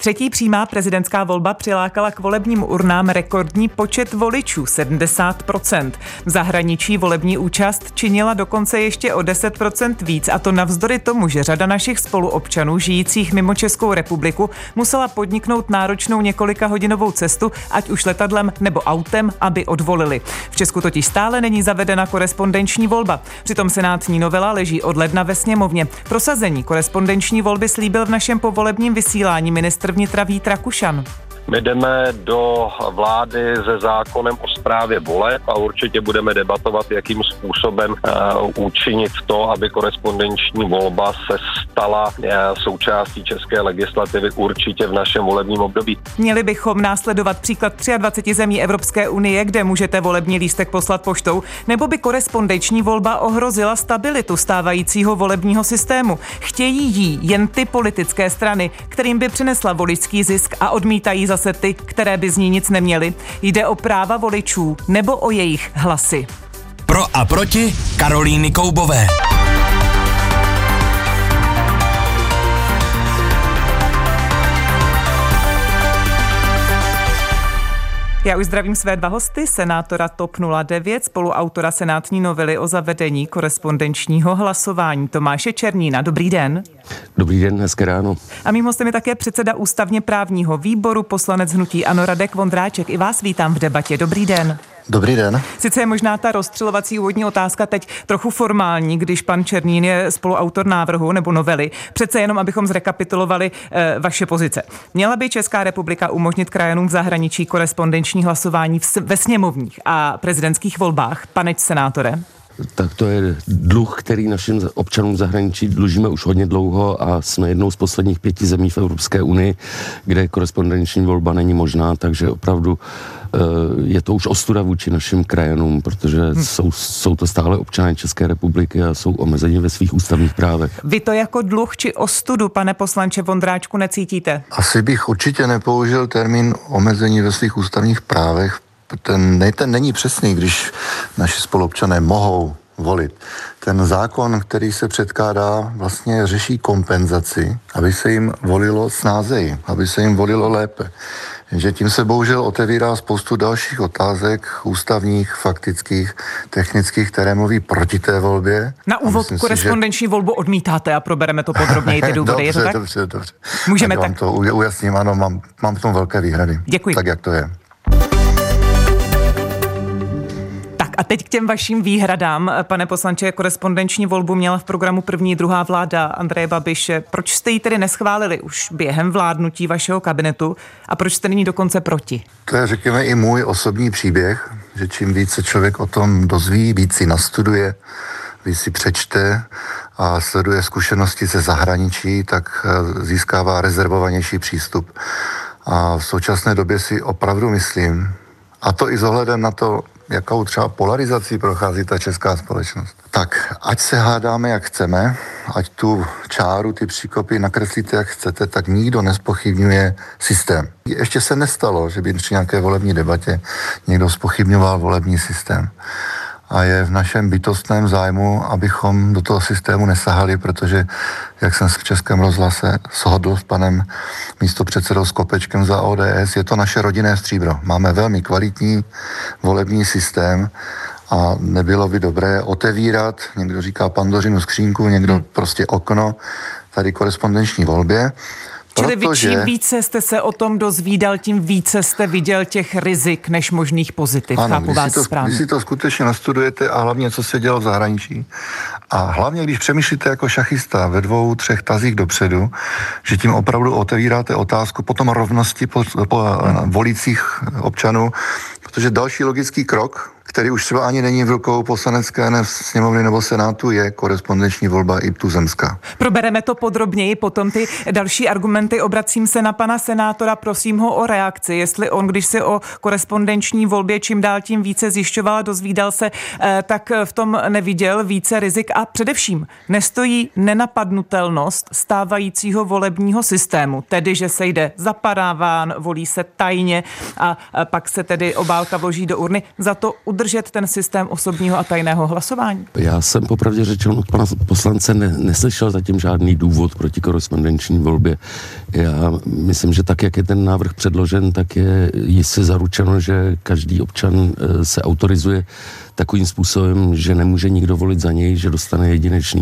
Třetí přímá prezidentská volba přilákala k volebním urnám rekordní počet voličů, 70%. V zahraničí volební účast činila dokonce ještě o 10% víc, a to navzdory tomu, že řada našich spoluobčanů žijících mimo Českou republiku musela podniknout náročnou několikahodinovou cestu, ať už letadlem nebo autem, aby odvolili. V Česku totiž stále není zavedena korespondenční volba. Přitom senátní novela leží od ledna ve sněmovně. Prosazení korespondenční volby slíbil v našem povolebním vysílání ministr vnitra Vít Rakušan. My jdeme do vlády se zákonem o správě voleb a určitě budeme debatovat, jakým způsobem učinit to, aby korespondenční volba se stala součástí české legislativy určitě v našem volebním období. Měli bychom následovat příklad 23 zemí Evropské unie, kde můžete volební lístek poslat poštou, nebo by korespondenční volba ohrozila stabilitu stávajícího volebního systému? Chtějí jí jen ty politické strany, kterým by přinesla voličský zisk, a odmítají zase ty, které by z ní nic neměly. Jde o práva voličů nebo o jejich hlasy? Pro a proti Karolíny Koubové. Já už zdravím své dva hosty, senátora TOP 09, spoluautora senátní novely o zavedení korespondenčního hlasování Tomáše Černína. Dobrý den. Dobrý den, hezké ráno. A mým hostem je také předseda ústavně právního výboru, poslanec hnutí ANO Radek Vondráček. I vás vítám v debatě. Dobrý den. Dobrý den. Sice je možná ta rozstřelovací úvodní otázka teď trochu formální, když pan Černín je spoluautor návrhu nebo novely. Přece jenom, abychom zrekapitulovali vaše pozice. Měla by Česká republika umožnit krajanům v zahraničí korespondenční hlasování ve sněmovních a prezidentských volbách? Pane senátore? Tak to je dluh, který našim občanům v zahraničí dlužíme už hodně dlouho a jsme jednou z posledních 5 zemí v Evropské unii, kde korespondenční volba není možná, takže opravdu je to už ostuda vůči našim krajanům, protože jsou to stále občané České republiky a jsou omezeni ve svých ústavních právech. Vy to jako dluh či ostudu, pane poslanče Vondráčku, necítíte? Asi bych určitě nepoužil termín omezení ve svých ústavních právech. Ten není přesný, když naši spoluobčané mohou volit. Ten zákon, který se předkládá, vlastně řeší kompenzaci, aby se jim volilo snázeji, aby se jim volilo lépe. Jenže tím se bohužel otevírá spoustu dalších otázek ústavních, faktických, technických, které mluví proti té volbě. Na úvod korespondenční volbu odmítáte a probereme to podrobněji, ty důvody. Je to tak? Dobře. Můžeme tak. Vám to ujasním, ano, mám v tom velké výhrady. Děkuji. Tak, jak to je. A teď k těm vašim výhradám, pane poslanče. Korespondenční volbu měla v programu první, druhá vláda Andreje Babiše. Proč jste ji tedy neschválili už během vládnutí vašeho kabinetu a proč jste nyní dokonce proti? To je, řekněme, i můj osobní příběh, že čím více člověk o tom dozví, víc si nastuduje, víc si přečte a sleduje zkušenosti ze zahraničí, tak získává rezervovanější přístup. A v současné době si opravdu myslím, a to i s ohledem na to, jakou třeba polarizací prochází ta česká společnost. Tak, ať se hádáme, jak chceme, ať tu čáru, ty příkopy nakreslíte, jak chcete, tak nikdo nezpochybňuje systém. Ještě se nestalo, že by při nějaké volební debatě někdo zpochybňoval volební systém. A je v našem bytostném zájmu, abychom do toho systému nesahali, protože, jak jsem v Českém rozhlase shodl s panem místopředsedou Skopečkem za ODS, je to naše rodinné stříbro. Máme velmi kvalitní volební systém a nebylo by dobré otevírat, někdo říká Pandořinu skřínku, někdo prostě okno, tady korespondenční volbě. Čili čím více jste se o tom dozvídal, tím více jste viděl těch rizik než možných pozitiv. Ano, chápu vás správně. Když si to skutečně nastudujete a hlavně, co se dělo v zahraničí. A hlavně, když přemýšlíte jako šachista ve 2, 3 tazích dopředu, že tím opravdu otevíráte otázku potom rovnosti po volících občanů, protože další logický krok, který už třeba ani není v rukou poslanecké sněmovny nebo senátu, je korespondenční volba i tuzemská. Probereme to podrobněji, potom ty další argumenty. Obracím se na pana senátora, prosím ho o reakci, jestli on, když si o korespondenční volbě čím dál tím více zjišťoval a dozvídal se, tak v tom neviděl více rizik a především nestojí nenapadnutelnost stávajícího volebního systému, tedy že se jde zapadáván, volí se tajně a pak se tedy obálka vloží do urny. Za to udrží udržet ten systém osobního a tajného hlasování? Já jsem popravdě řečeno od pana poslance neslyšel zatím žádný důvod proti korespondenční volbě. Já myslím, že tak, jak je ten návrh předložen, tak je jistě zaručeno, že každý občan se autorizuje takovým způsobem, že nemůže nikdo volit za něj, že dostane jedinečný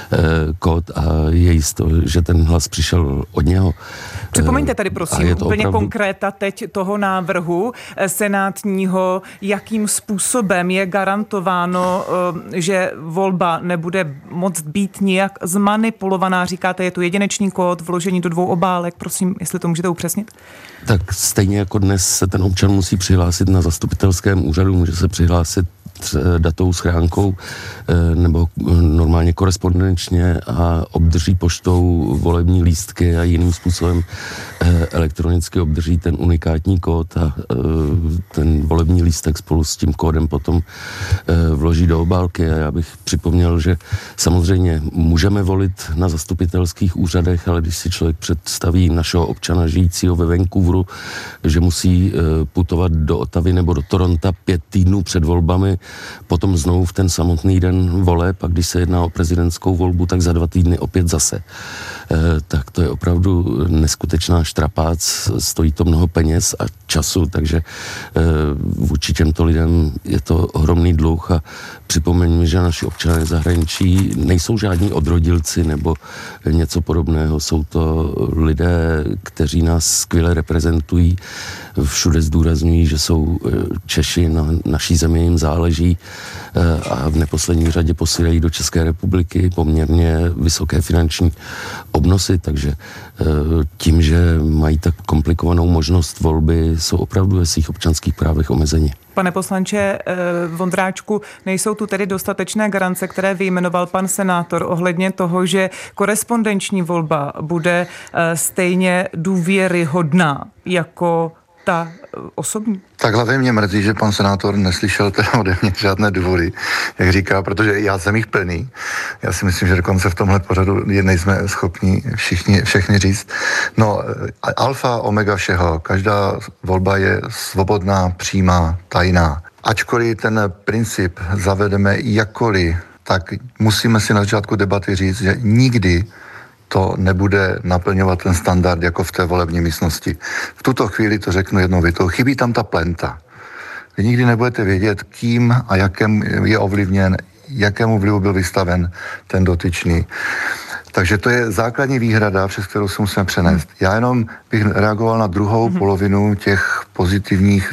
kód a je jisto, že ten hlas přišel od něho. Připomeňte tady prosím úplně opravdu konkréta teď toho návrhu senátního, jakým způsobem je garantováno, že volba nebude moct být nijak zmanipulovaná. Říkáte, je tu jedinečný kód, vložení do 2 obálek, prosím, jestli to můžete upřesnit? Tak stejně jako dnes se ten občan musí přihlásit na zastupitelském úřadu, může se přihlásit datovou schránkou nebo normálně korespondenčně a obdrží poštou volební lístky a jiným způsobem elektronicky obdrží ten unikátní kód a ten volební lístek spolu s tím kódem potom vloží do obálky. A já bych připomněl, že samozřejmě můžeme volit na zastupitelských úřadech, ale když si člověk představí našeho občana žijícího ve Vancouveru, že musí putovat do Ottavy nebo do Toronta 5 týdnů před volbami, potom znovu v ten samotný den voleb, a když se jedná o prezidentskou volbu, tak za 2 týdny opět zase. Tak to je opravdu neskutečná štrapác, stojí to mnoho peněz a času, takže vůči těmto lidem je to ohromný dluh a připomeňme, že naši občané v zahraničí nejsou žádní odrodilci nebo něco podobného, jsou to lidé, kteří nás skvěle reprezentují, všude zdůrazňují, že jsou Češi, na naší zemi jim záleží a v neposlední řadě posílají do České republiky poměrně vysoké finanční obnosy, takže tím, že mají tak komplikovanou možnost volby, jsou opravdu ve svých občanských právech omezeni. Pane poslanče Vondráčku, nejsou tu tedy dostatečné garance, které vyjmenoval pan senátor ohledně toho, že korespondenční volba bude stejně důvěryhodná jako ta osobní? Tak hlavně mě mrzí, že pan senátor neslyšel teda ode mě žádné důvody, jak říká, protože já jsem jich plný. Já si myslím, že dokonce v tomhle pořadu nejsme schopni všechny říct. No, alfa, omega všeho. Každá volba je svobodná, přímá, tajná. Ačkoliv ten princip zavedeme jakkoliv, tak musíme si na začátku debaty říct, že nikdy to nebude naplňovat ten standard jako v té volební místnosti. V tuto chvíli to řeknu jednou větou. Chybí tam ta plenta. Vy nikdy nebudete vědět, kým a jakém je ovlivněn, jakému vlivu byl vystaven ten dotyčný. Takže to je základní výhrada, přes kterou se musíme přenést. Já jenom bych reagoval na druhou polovinu těch pozitivních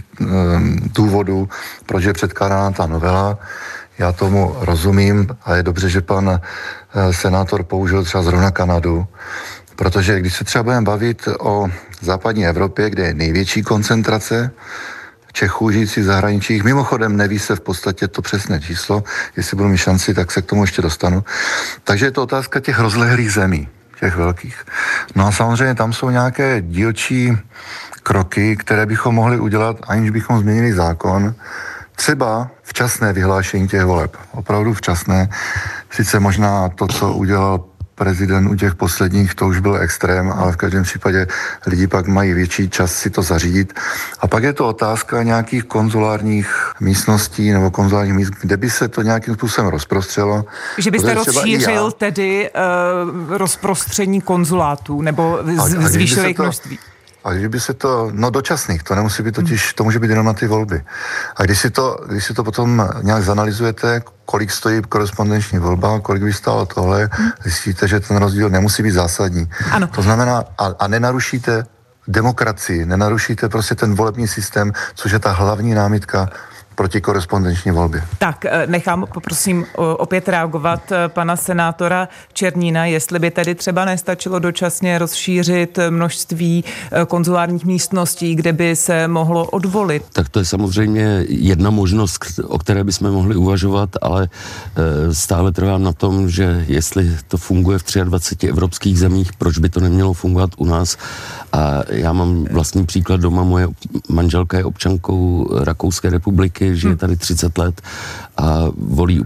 důvodů, proč je předkládána ta novela. Já tomu rozumím a je dobře, že pan senátor použil třeba zrovna Kanadu, protože když se třeba budeme bavit o západní Evropě, kde je největší koncentrace Čechů žijících v zahraničí, mimochodem neví se v podstatě to přesné číslo, jestli budu mít šanci, tak se k tomu ještě dostanu. Takže je to otázka těch rozlehlých zemí, těch velkých. No a samozřejmě tam jsou nějaké dílčí kroky, které bychom mohli udělat, aniž bychom změnili zákon. Třeba včasné vyhlášení těch voleb. Opravdu včasné. Sice možná to, co udělal prezident u těch posledních, to už byl extrém, ale v každém případě lidi pak mají větší čas si to zařídit. A pak je to otázka nějakých konzulárních místností nebo konzulárních míst, kde by se to nějakým způsobem rozprostřelo. Že byste rozšířil tedy rozprostření konzulátů nebo zvýšil jejich množství? A kdyby se to, no dočasných, to nemusí být totiž, to může být jenom na ty volby. A když si to potom nějak zanalyzujete, kolik stojí korespondenční volba, kolik by stálo tohle, zjistíte, že ten rozdíl nemusí být zásadní. Ano. To znamená, a nenarušíte demokracii, nenarušíte prostě ten volební systém, což je ta hlavní námitka proti korespondenční volbě. Tak, poprosím opět reagovat pana senátora Černína, jestli by tedy třeba nestačilo dočasně rozšířit množství konzulárních místností, kde by se mohlo odvolit. Tak to je samozřejmě jedna možnost, o které bychom mohli uvažovat, ale stále trvám na tom, že jestli to funguje v 23 evropských zemích, proč by to nemělo fungovat u nás? A já mám vlastní příklad doma, moje manželka je občankou Rakouské republiky, roky, žije tady 30 let a volí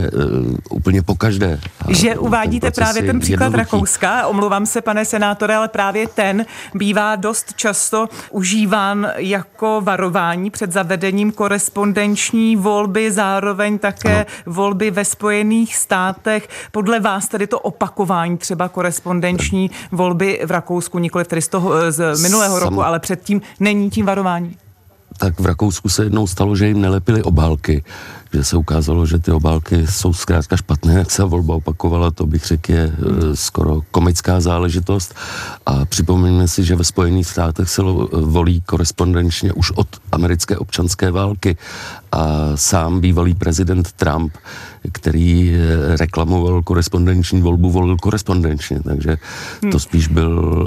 úplně pokaždé. Že uvádíte právě ten příklad Rakouska, omlouvám se, pane senátore, ale právě ten bývá dost často užíván jako varování před zavedením korespondenční volby, zároveň také volby ve Spojených státech. Podle vás tedy to opakování třeba korespondenční volby v Rakousku, nikoliv tedy z minulého roku, ale předtím není tím varování? Tak v Rakousku se jednou stalo, že jim nelepily obálky, že se ukázalo, že ty obálky jsou zkrátka špatné, jak se volba opakovala, to bych řekl je skoro komická záležitost. A připomeňme si, že ve Spojených státech se volí korespondenčně už od americké občanské války a sám bývalý prezident Trump, který reklamoval korespondenční volbu, volil korespondenčně, takže to spíš byl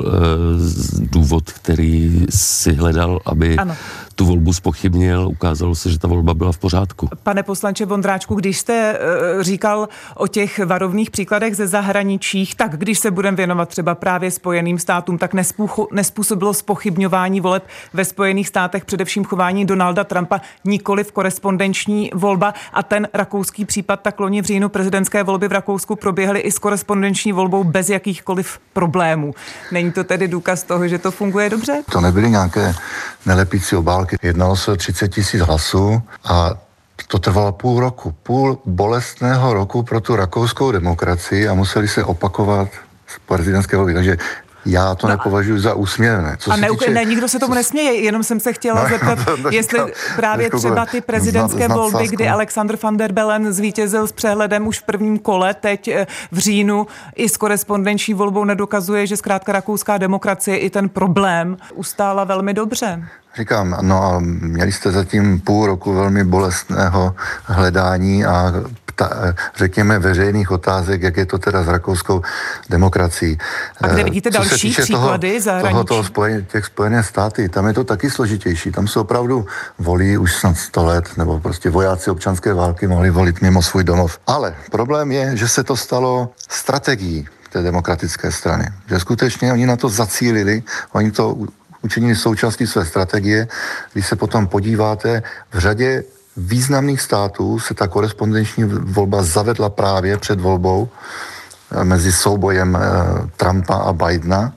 důvod, který si hledal, aby tu volbu zpochybnil. Ukázalo se, že ta volba byla v pořádku. Pane poslanče Vondráčku, když jste říkal o těch varovných příkladech ze zahraničích, tak když se budeme věnovat třeba právě Spojeným státům, tak nespůsobilo zpochybňování voleb ve Spojených státech především chování Donalda Trumpa, nikoliv korespondenční volba, a ten rakouský případ, tak loni v říjnu prezidentské volby v Rakousku proběhly i s korespondenční volbou bez jakýchkoliv problémů. Není to tedy důkaz toho, že to funguje dobře? To nebyly nějaké nelepící obálky. Jednalo se o 30 000 hlasů a to trvalo půl bolestného roku pro tu rakouskou demokracii a museli se opakovat prezidentské volby. Takže já to nepovažuji za úsměvné. Nikdo se tomu nesměje, jenom jsem se chtěla zeptat, jestli právě třeba ty prezidentské volby, kdy Alexander van der Bellen zvítězil s přehledem už v prvním kole, teď v říjnu i s korespondenční volbou nedokazuje, že zkrátka rakouská demokracie i ten problém ustála velmi dobře. Říkám, a měli jste zatím půl roku velmi bolestného hledání a řekněme veřejných otázek, jak je to teda s rakouskou demokracií. A kde vidíte další příklady zahraničí? Těch Spojené státy, tam je to taky složitější. Tam se opravdu volí už snad 100 let, nebo prostě vojáci občanské války mohli volit mimo svůj domov. Ale problém je, že se to stalo strategií té demokratické strany. Že skutečně oni na to zacílili, oni to učinili součástí své strategie. Když se potom podíváte, v řadě významných států se ta korespondenční volba zavedla právě před volbou mezi soubojem Trumpa a Bidena.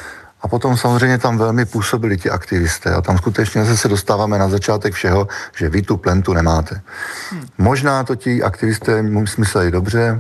A potom samozřejmě tam velmi působili ti aktivisté. A tam skutečně se dostáváme na začátek všeho, že vy tu plentu nemáte. Možná to ti aktivisté mysleli dobře.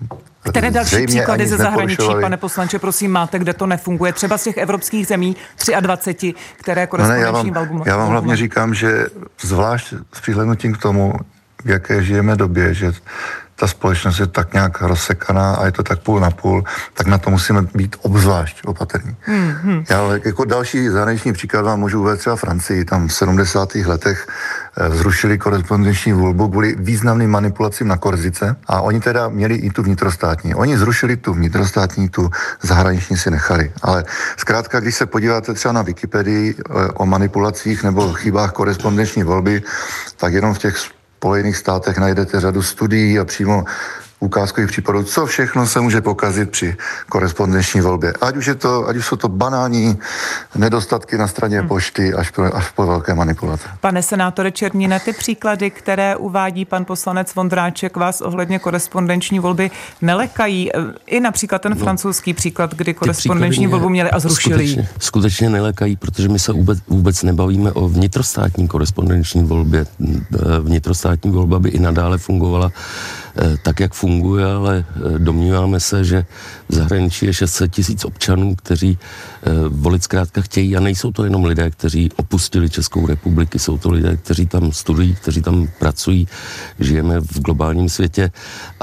Které další příklady ze zahraničí, pane poslanče, prosím, máte, kde to nefunguje? Třeba z těch evropských zemí 23, které korespondenční volbu mají. Já vám hlavně říkám, že zvlášť s přihlédnutím k tomu, v jaké žijeme době, že ta společnost je tak nějak rozsekaná a je to tak půl na půl, tak na to musíme být obzvlášť opatrní. Já jako další zahraniční příklad vám můžu uvést třeba Francii. Tam v 70. letech zrušili korespondenční volbu kvůli významným manipulacím na Korzice a oni teda měli i tu vnitrostátní. Oni zrušili tu vnitrostátní, tu zahraniční si nechali. Ale zkrátka, když se podíváte třeba na Wikipedii o manipulacích nebo chybách korespondenční volby, tak jenom v těch Spojených státech najdete řadu studií a přímo ukázkových případů, co všechno se může pokazit při korespondenční volbě. Ať už jsou to banální nedostatky na straně pošty až po velké manipulace. Pane senátore Černíne, ty příklady, které uvádí pan poslanec Vondráček, vás ohledně korespondenční volby nelekají? I například ten francouzský příklad, kdy korespondenční volbu měli a zrušili ji. Skutečně nelekají, protože my se vůbec nebavíme o vnitrostátní korespondenční volbě. Vnitrostátní volba by i nadále fungovala tak, jak funguje, ale domníváme se, že v zahraničí je 600 000 občanů, kteří volit zkrátka chtějí a nejsou to jenom lidé, kteří opustili Českou republiku, jsou to lidé, kteří tam studují, kteří tam pracují, žijeme v globálním světě a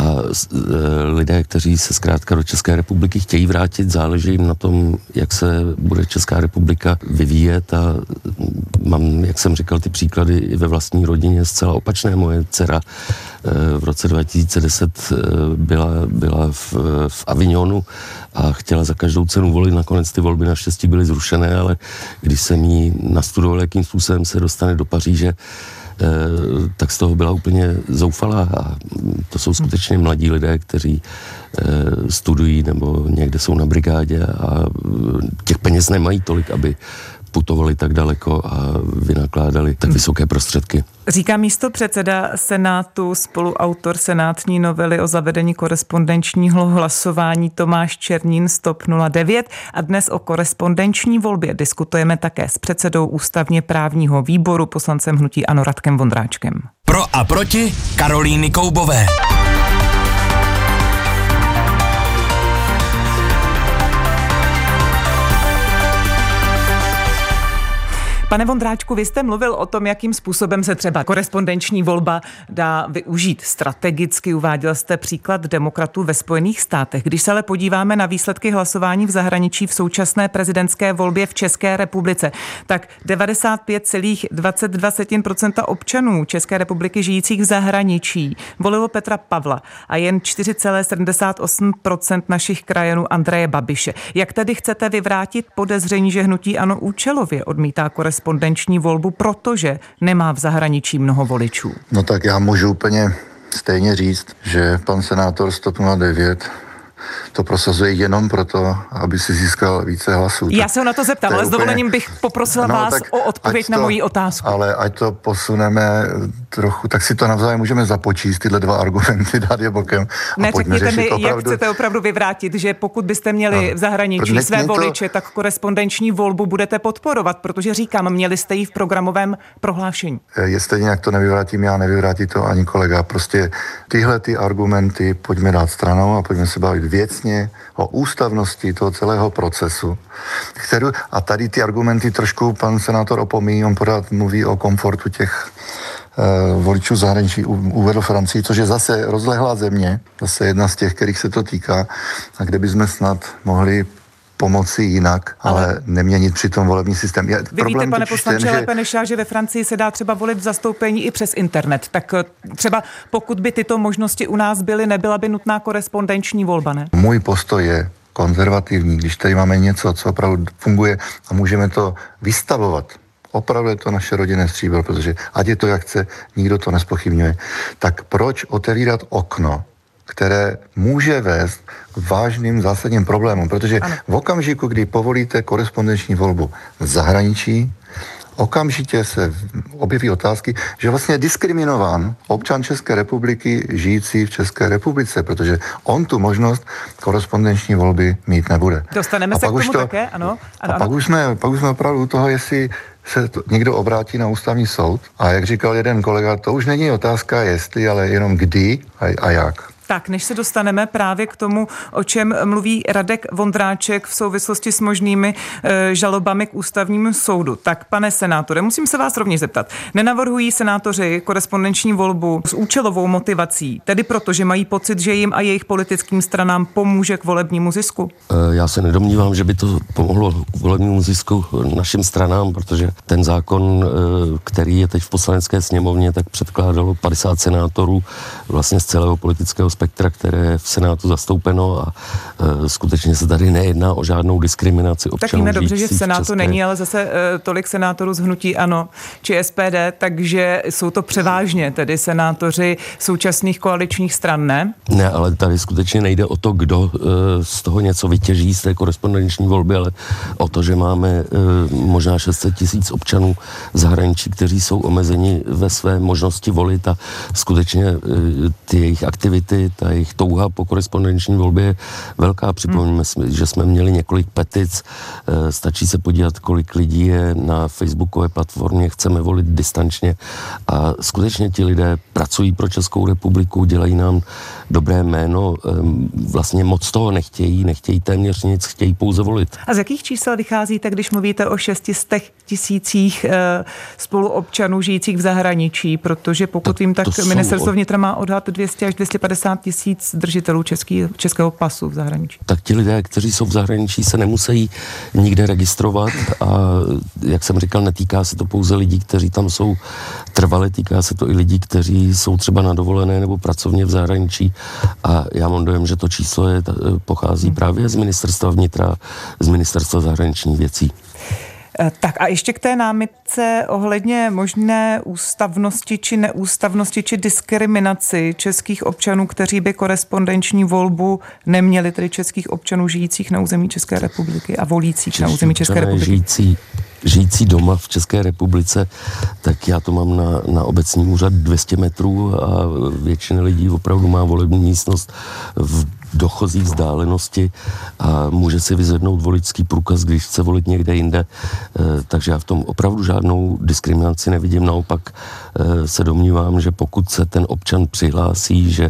lidé, kteří se zkrátka do České republiky chtějí vrátit, záleží jim na tom, jak se bude Česká republika vyvíjet a mám, jak jsem říkal, ty příklady i ve vlastní rodině zcela opačné. Moje dcera v roce 2010 byla v Avignonu a chtěla za každou cenu volit. Nakonec ty volby naštěstí byly zrušené, ale když jsem jí nastudoval, jakým způsobem se dostane do Paříže, tak z toho byla úplně zoufalá. A to jsou skutečně mladí lidé, kteří studují nebo někde jsou na brigádě a těch peněz nemají tolik, aby putovali tak daleko a vynakládali tak vysoké prostředky. Říká místopředseda Senátu, spoluautor senátní novely o zavedení korespondenčního hlasování Tomáš Černín z TOP 09 a dnes o korespondenční volbě diskutujeme také s předsedou ústavně právního výboru, poslancem hnutí ANO Radkem Vondráčkem. Pro a proti Karolíny Koubové. Pane Vondráčku, vy jste mluvil o tom, jakým způsobem se třeba korespondenční volba dá využít strategicky. Uváděl jste příklad demokratů ve Spojených státech. Když se ale podíváme na výsledky hlasování v zahraničí v současné prezidentské volbě v České republice, tak 95,22% občanů České republiky žijících v zahraničí volilo Petra Pavla a jen 4,78% našich krajanů Andreje Babiše. Jak tedy chcete vyvrátit podezření, že hnutí ANO účelově odmítá korespondenční volbu, protože nemá v zahraničí mnoho voličů? No tak já můžu úplně stejně říct, že pan senátor z TOP 09 to prosazuje jenom proto, aby si získal více hlasů. Já se ho na to zeptám, ale s dovolením bych poprosila vás o odpověď na moji otázku. Ale ať to posuneme trochu, tak si to navzájem můžeme započíst, tyhle dva argumenty, dát je bokem. Neřekněte mi, jak chcete opravdu vyvrátit, že pokud byste měli v zahraničí své voliče, tak korespondenční volbu budete podporovat, protože říkám, měli jste ji v programovém prohlášení. Jestli nějak to nevyvrátím, já nevyvrátí to ani kolega. Prostě tyhle ty argumenty pojďme dát stranou a pojďme se bavit věcně o ústavnosti toho celého procesu. A tady ty argumenty trošku pan senátor opomíjí, on pořád mluví o komfortu těch voličů zahraničí, uvedl Francii, což je zase rozlehlá země, zase jedna z těch, kterých se to týká, a kde bychom snad mohli pomoci jinak, ale neměnit přitom volební systém. Vy víte, pane poslanče, lépe než já, že ve Francii se dá třeba volit v zastoupení i přes internet. Tak třeba pokud by tyto možnosti u nás byly, nebyla by nutná korespondenční volba, ne? Můj postoj je konzervativní, když tady máme něco, co opravdu funguje a můžeme to vystavovat. Opravdu je to naše rodinné stříbro, protože ať je to jak chce, nikdo to nespochybňuje. Tak proč otevírat okno, které může vést k vážným zásadním problémům, protože v okamžiku, kdy povolíte korespondenční volbu v zahraničí, okamžitě se objeví otázky, že vlastně je diskriminován občan České republiky žijící v České republice, protože on tu možnost korespondenční volby mít nebude. Dostaneme se k tomu také, ano. A pak už jsme opravdu u toho, jestli se někdo obrátí na ústavní soud a jak říkal jeden kolega, to už není otázka jestli, ale jenom kdy a jak. Tak, než se dostaneme právě k tomu, o čem mluví Radek Vondráček v souvislosti s možnými žalobami k ústavnímu soudu. Tak, pane senátore, musím se vás rovněž zeptat. Nenavrhují senátoři korespondenční volbu s účelovou motivací, tedy proto, že mají pocit, že jim a jejich politickým stranám pomůže k volebnímu zisku? Já se nedomnívám, že by to pomohlo k volebnímu zisku našim stranám, protože ten zákon, který je teď v Poslanecké sněmovně, tak předkládalo 50 senátorů vlastně z celého politického spektra, které je v Senátu zastoupeno a skutečně se tady nejedná o žádnou diskriminaci občanů. Tak víme dobře, že v Senátu není, ale zase tolik senátorů z hnutí ANO či SPD, takže jsou to převážně tedy senátoři současných koaličních stran, ne? Ne, ale tady skutečně nejde o to, kdo z toho něco vytěží z té korespondenční volby, ale o to, že máme možná 600 000 občanů v zahraničí, kteří jsou omezeni ve své možnosti volit a skutečně ty jejich aktivity, ta jejich touha po korespondenční volbě je velká. Připomeňme si, že jsme měli několik petic, stačí se podívat, kolik lidí je na facebookové platformě Chceme volit distančně a skutečně ti lidé pracují pro Českou republiku, dělají nám dobré jméno, vlastně moc toho nechtějí téměř nic, chtějí pouze volit. A z jakých čísel vycházíte, když mluvíte o 600 000 spoluobčanů žijících v zahraničí, protože pokud vím, tak ministerstvo vnitra má odhad 200 až 250 000 držitelů českého pasu v zahraničí. Tak ti lidé, kteří jsou v zahraničí, se nemusí nikde registrovat a jak jsem říkal, netýká se to pouze lidí, kteří tam jsou trvale, týká se to i lidí, kteří jsou třeba na dovolené nebo pracovně v zahraničí a já mám dojem, že to číslo pochází právě z ministerstva vnitra, z ministerstva zahraničních věcí. Tak a ještě k té námitce ohledně možné ústavnosti či neústavnosti či diskriminaci českých občanů, kteří by korespondenční volbu neměli, tedy českých občanů žijících na území České republiky a volících na území České republiky. Žijící doma v České republice, tak já to mám na obecní úřad 200 metrů a většina lidí opravdu má volební místnost v dochozí vzdálenosti a může si vyzvednout voličský průkaz, když chce volit někde jinde. Takže já v tom opravdu žádnou diskriminaci nevidím. Naopak se domnívám, že pokud se ten občan přihlásí, že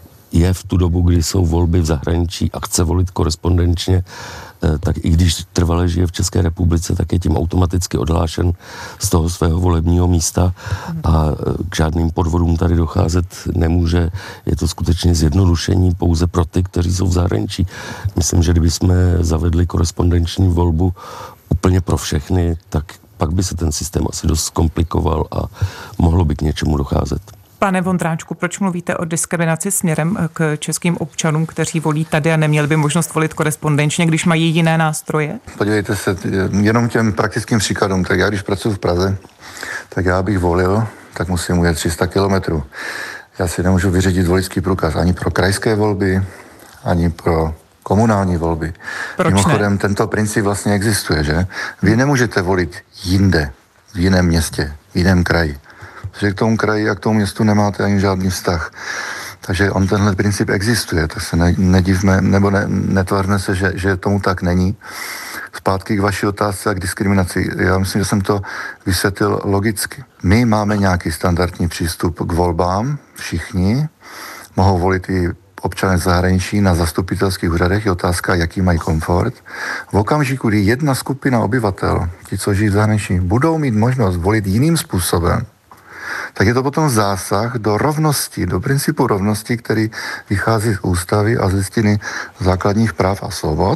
je v tu dobu, kdy jsou volby v zahraničí a chce volit korespondenčně, tak i když trvale žije v České republice, tak je tím automaticky odhlášen z toho svého volebního místa a k žádným podvodům tady docházet nemůže. Je to skutečně zjednodušení pouze pro ty, kteří jsou v zahraničí. Myslím, že kdybychom zavedli korespondenční volbu úplně pro všechny, tak pak by se ten systém asi dost zkomplikoval a mohlo by k něčemu docházet. Pane Vondráčku, proč mluvíte o diskriminaci směrem k českým občanům, kteří volí tady a neměli by možnost volit korespondenčně, když mají jiné nástroje? Podívejte se, jenom těm praktickým příkladům. Tak já, když pracuji v Praze, tak já bych volil, tak musím ujet 300 kilometrů. Já si nemůžu vyřídit voličský průkaz ani pro krajské volby, ani pro komunální volby. Proč Mimochodem, ne? tento princip vlastně existuje, že? Vy nemůžete volit jinde, v jiném městě, v jiném kraji. Protože k tomu kraji a k tomu městu nemáte ani žádný vztah. Takže on tenhle princip existuje, tak se nedivme, nebo netvařme se, že tomu tak není. Zpátky k vaší otázce a k diskriminaci. Já myslím, že jsem to vysvětlil logicky. My máme nějaký standardní přístup k volbám, všichni. Mohou volit i občané z zahraničí na zastupitelských úřadech, je otázka, jaký mají komfort. V okamžiku, kdy jedna skupina obyvatel, ti, co žijí v zahraničí, budou mít možnost volit jiným způsobem, tak je to potom zásah do rovnosti, do principu rovnosti, který vychází z ústavy a z listiny základních práv a svobod.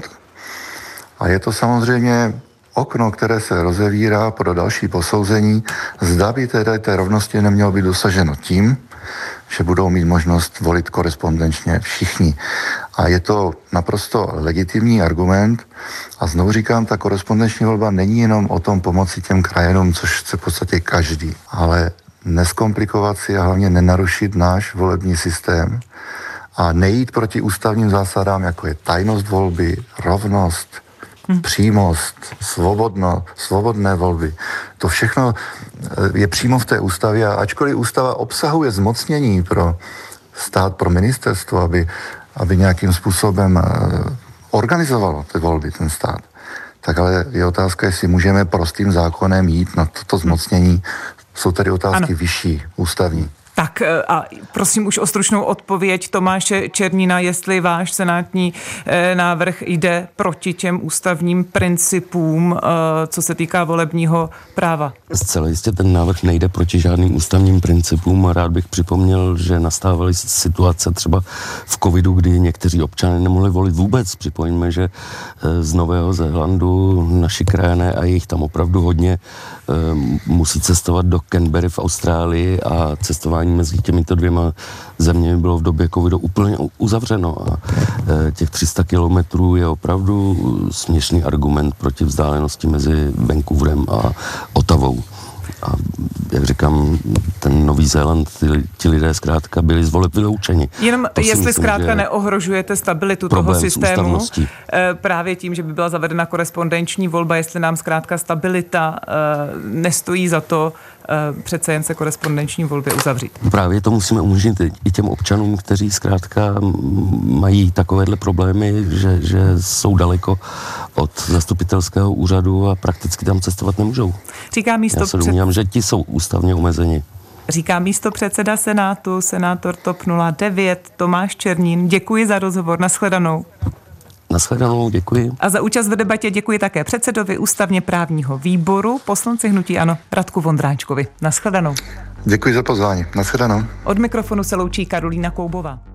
A je to samozřejmě okno, které se rozevírá pro další posouzení, zda by tedy té rovnosti nemělo být dosaženo tím, že budou mít možnost volit korespondenčně všichni. A je to naprosto legitimní argument. A znovu říkám, ta korespondenční volba není jenom o tom pomoci těm krajanům, což chce v podstatě každý, ale neskomplikovat si a hlavně nenarušit náš volební systém a nejít proti ústavním zásadám, jako je tajnost volby, rovnost, přímost, svobodné volby. To všechno je přímo v té ústavě a ačkoliv ústava obsahuje zmocnění pro stát, pro ministerstvo, aby nějakým způsobem organizovalo ty volby, ten stát, tak ale je otázka, jestli můžeme prostým zákonem jít na toto zmocnění. Jsou tady otázky ano. Vyšší, ústavní. Tak a prosím už o stručnou odpověď Tomáše Černína, jestli váš senátní návrh jde proti těm ústavním principům, co se týká volebního práva. Zcela jistě ten návrh nejde proti žádným ústavním principům a rád bych připomněl, že nastávaly situace třeba v covidu, kdy někteří občané nemohli volit vůbec. Připomeňme, že z Nového Zélandu naši krajané, a jich tam opravdu hodně, musí cestovat do Canberry v Austrálii a cestování mezi těmito dvěma zeměmi bylo v době covidu úplně uzavřeno a těch 300 kilometrů je opravdu směšný argument proti vzdálenosti mezi Vancouverem a Ottawou. A jak říkám, ten Nový Zéland, ti lidé zkrátka byli z voleb vyloučeni. Jenom jestli zkrátka neohrožujete stabilitu toho systému právě tím, že by byla zavedena korespondenční volba, jestli nám zkrátka stabilita nestojí za to přece jen se korespondenční volby uzavřít. Právě to musíme umožnit i těm občanům, kteří zkrátka mají takovéhle problémy, že jsou daleko od zastupitelského úřadu a prakticky tam cestovat nemůžou. Já se domnívám, že ti jsou ústavně omezeni. Říká místopředseda Senátu, senátor TOP 09 Tomáš Černín. Děkuji za rozhovor, nashledanou. Nashledanou, děkuji. A za účast v debatě děkuji také předsedovi ústavně právního výboru, poslanci hnutí ANO Radku Vondráčkovi. Nashledanou. Děkuji za pozvání. Nashledanou. Od mikrofonu se loučí Karolína Koubová.